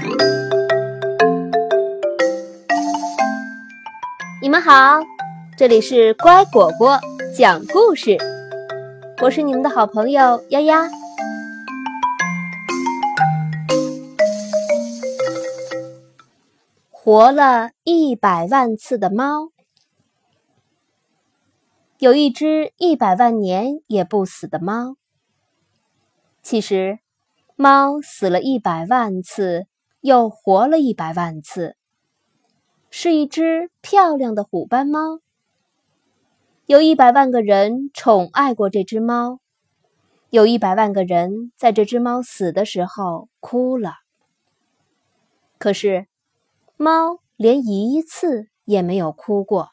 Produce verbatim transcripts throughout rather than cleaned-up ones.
你们好，这里是乖果果讲故事，我是你们的好朋友丫丫。活了一百万次的猫。有一只一百万年也不死的猫。其实，猫死了一百万次，又活了一百万次，是一只漂亮的虎斑猫。有一百万个人宠爱过这只猫，有一百万个人在这只猫死的时候哭了。可是，猫连一次也没有哭过。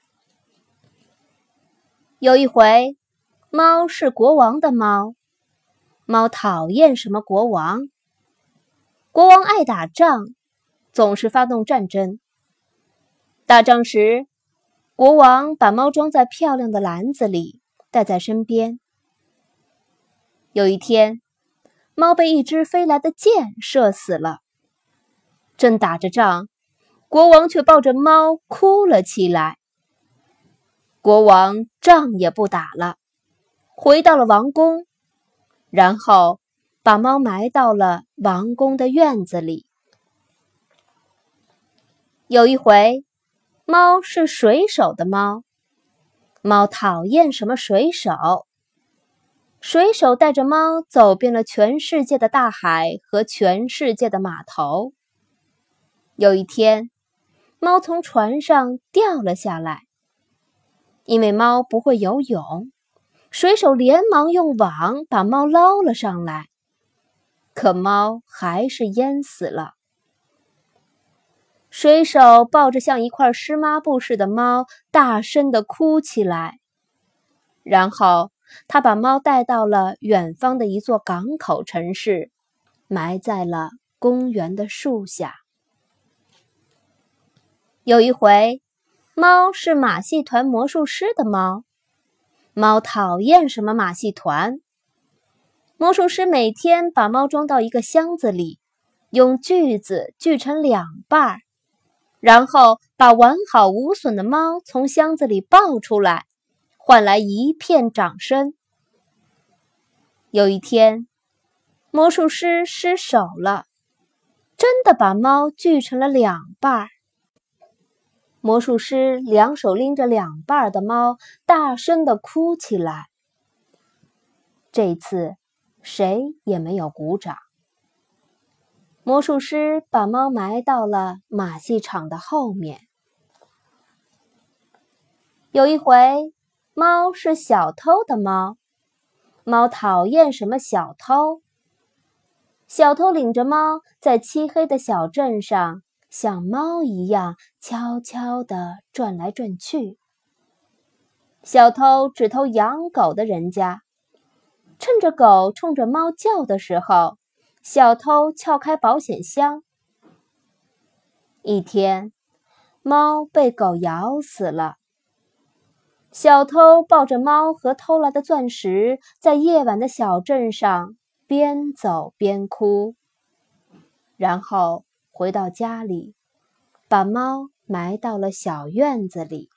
有一回，猫是国王的猫，猫讨厌什么国王？国王爱打仗，总是发动战争。打仗时，国王把猫装在漂亮的篮子里，带在身边。有一天，猫被一支飞来的箭射死了。正打着仗，国王却抱着猫哭了起来。国王仗也不打了，回到了王宫，然后把猫埋到了王宫的院子里。有一回，猫是水手的猫，猫讨厌什么水手？水手带着猫走遍了全世界的大海和全世界的码头。有一天，猫从船上掉了下来。因为猫不会游泳，水手连忙用网把猫捞了上来，可猫还是淹死了。水手抱着像一块湿抹布似的猫，大声地哭起来。然后他把猫带到了远方的一座港口城市，埋在了公园的树下。有一回，猫是马戏团魔术师的猫，猫讨厌什么马戏团？魔术师每天把猫装到一个箱子里，用锯子锯成两半，然后把完好无损的猫从箱子里抱出来，换来一片掌声。有一天，魔术师失手了，真的把猫锯成了两半。魔术师两手拎着两半的猫，大声地哭起来。这次，谁也没有鼓掌。魔术师把猫埋到了马戏场的后面。有一回，猫是小偷的猫，猫讨厌什么小偷？小偷领着猫在漆黑的小镇上，像猫一样悄悄地转来转去。小偷只偷养狗的人家，趁着狗冲着猫叫的时候，小偷撬开保险箱。一天，猫被狗咬死了。小偷抱着猫和偷来的钻石，在夜晚的小镇上边走边哭，然后回到家里，把猫埋到了小院子里。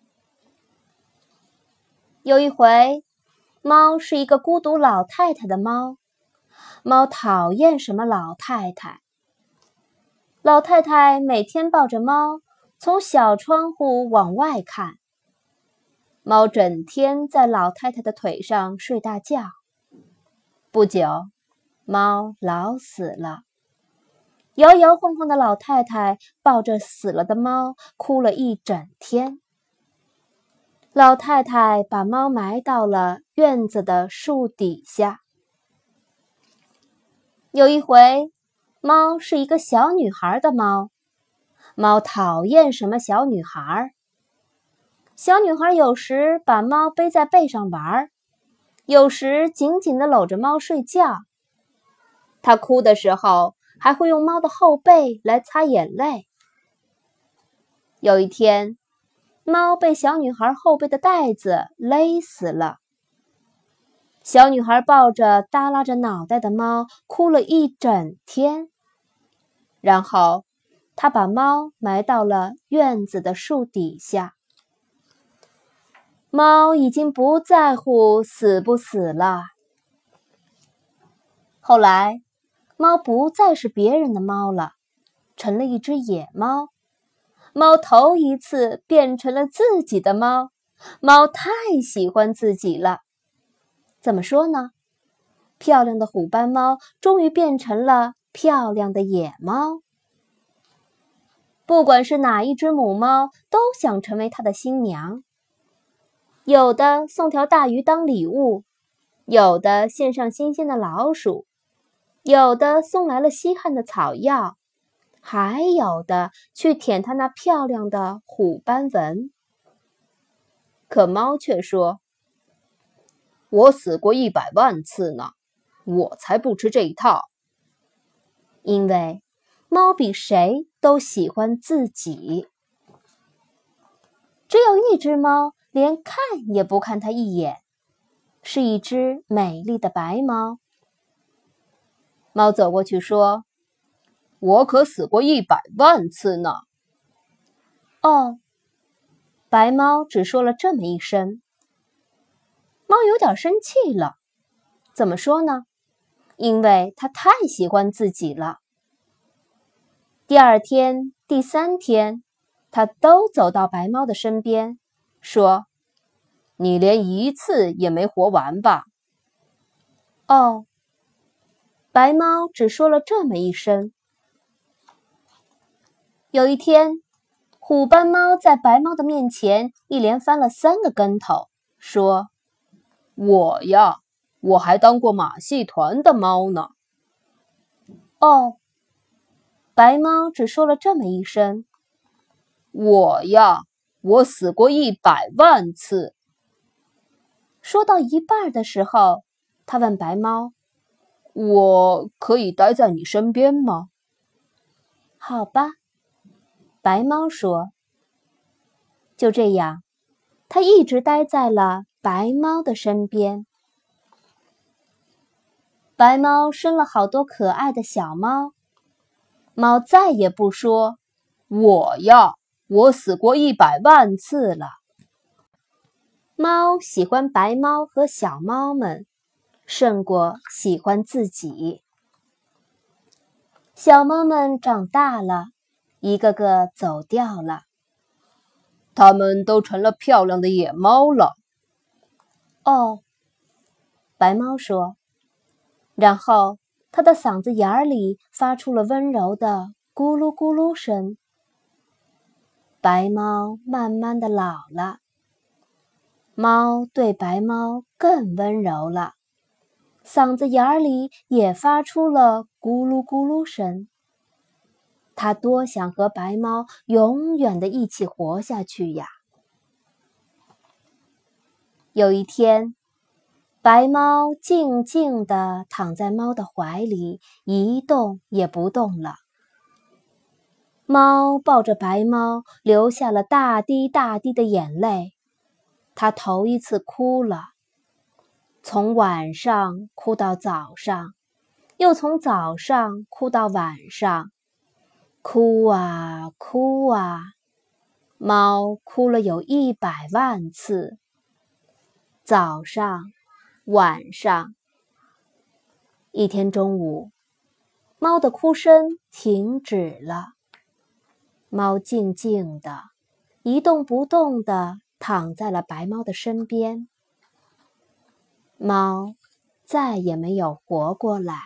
有一回，猫是一个孤独老太太的猫，猫讨厌什么老太太？老太太每天抱着猫，从小窗户往外看。猫整天在老太太的腿上睡大觉。不久，猫老死了。摇摇晃晃的老太太抱着死了的猫，哭了一整天。老太太把猫埋到了院子的树底下。有一回，猫是一个小女孩的猫，猫讨厌什么小女孩？小女孩有时把猫背在背上玩，有时紧紧地搂着猫睡觉。她哭的时候，还会用猫的后背来擦眼泪。有一天，猫被小女孩后背的带子勒死了。小女孩抱着耷拉着脑袋的猫，哭了一整天。 然后他把猫埋到了院子的树底下。猫已经不在乎死不死了。后来，猫不再是别人的猫了，成了一只野猫。猫头一次变成了自己的猫，猫太喜欢自己了。怎么说呢？漂亮的虎斑猫终于变成了漂亮的野猫。不管是哪一只母猫，都想成为它的新娘。有的送条大鱼当礼物，有的献上新鲜的老鼠，有的送来了稀罕的草药，还有的去舔它那漂亮的虎斑纹。可猫却说：“我死过一百万次呢，我才不吃这一套。”因为猫比谁都喜欢自己。只有一只猫连看也不看它一眼，是一只美丽的白猫。猫走过去说：“我可死过一百万次呢。”哦，白猫只说了这么一声。猫有点生气了。怎么说呢？因为它太喜欢自己了。第二天、第三天，它都走到白猫的身边，说：“你连一次也没活完吧？”哦，白猫只说了这么一声。有一天，虎斑猫在白猫的面前一连翻了三个跟头，说：“我呀，我还当过马戏团的猫呢。”哦，白猫只说了这么一声。我呀，我死过一百万次。说到一半的时候，他问白猫：“我可以待在你身边吗？”好吧，白猫说。就这样，它一直待在了白猫的身边。白猫生了好多可爱的小猫，猫再也不说：“我呀，我死过一百万次了。”猫喜欢白猫和小猫们，胜过喜欢自己。小猫们长大了，一个个走掉了。它们都成了漂亮的野猫了。哦，白猫说。然后它的嗓子眼里发出了温柔的咕噜咕噜声。白猫慢慢的老了，猫对白猫更温柔了，嗓子眼里也发出了咕噜咕噜声。它多想和白猫永远的一起活下去呀！有一天，白猫静静地躺在猫的怀里，一动也不动了。猫抱着白猫，流下了大滴大滴的眼泪。它头一次哭了，从晚上哭到早上，又从早上哭到晚上，哭啊哭啊，猫哭了有一百万次。早上，晚上。一天中午，猫的哭声停止了。猫静静的，一动不动地躺在了白猫的身边。猫再也没有活过来。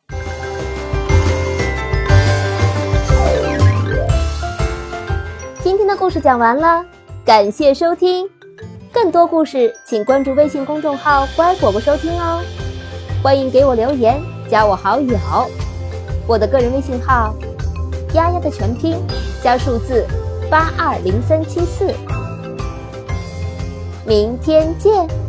今天的故事讲完了，感谢收听。更多故事请关注微信公众号乖果果收听哦。欢迎给我留言，加我好友。我的个人微信号丫丫的全拼加数字八二零三七四。明天见。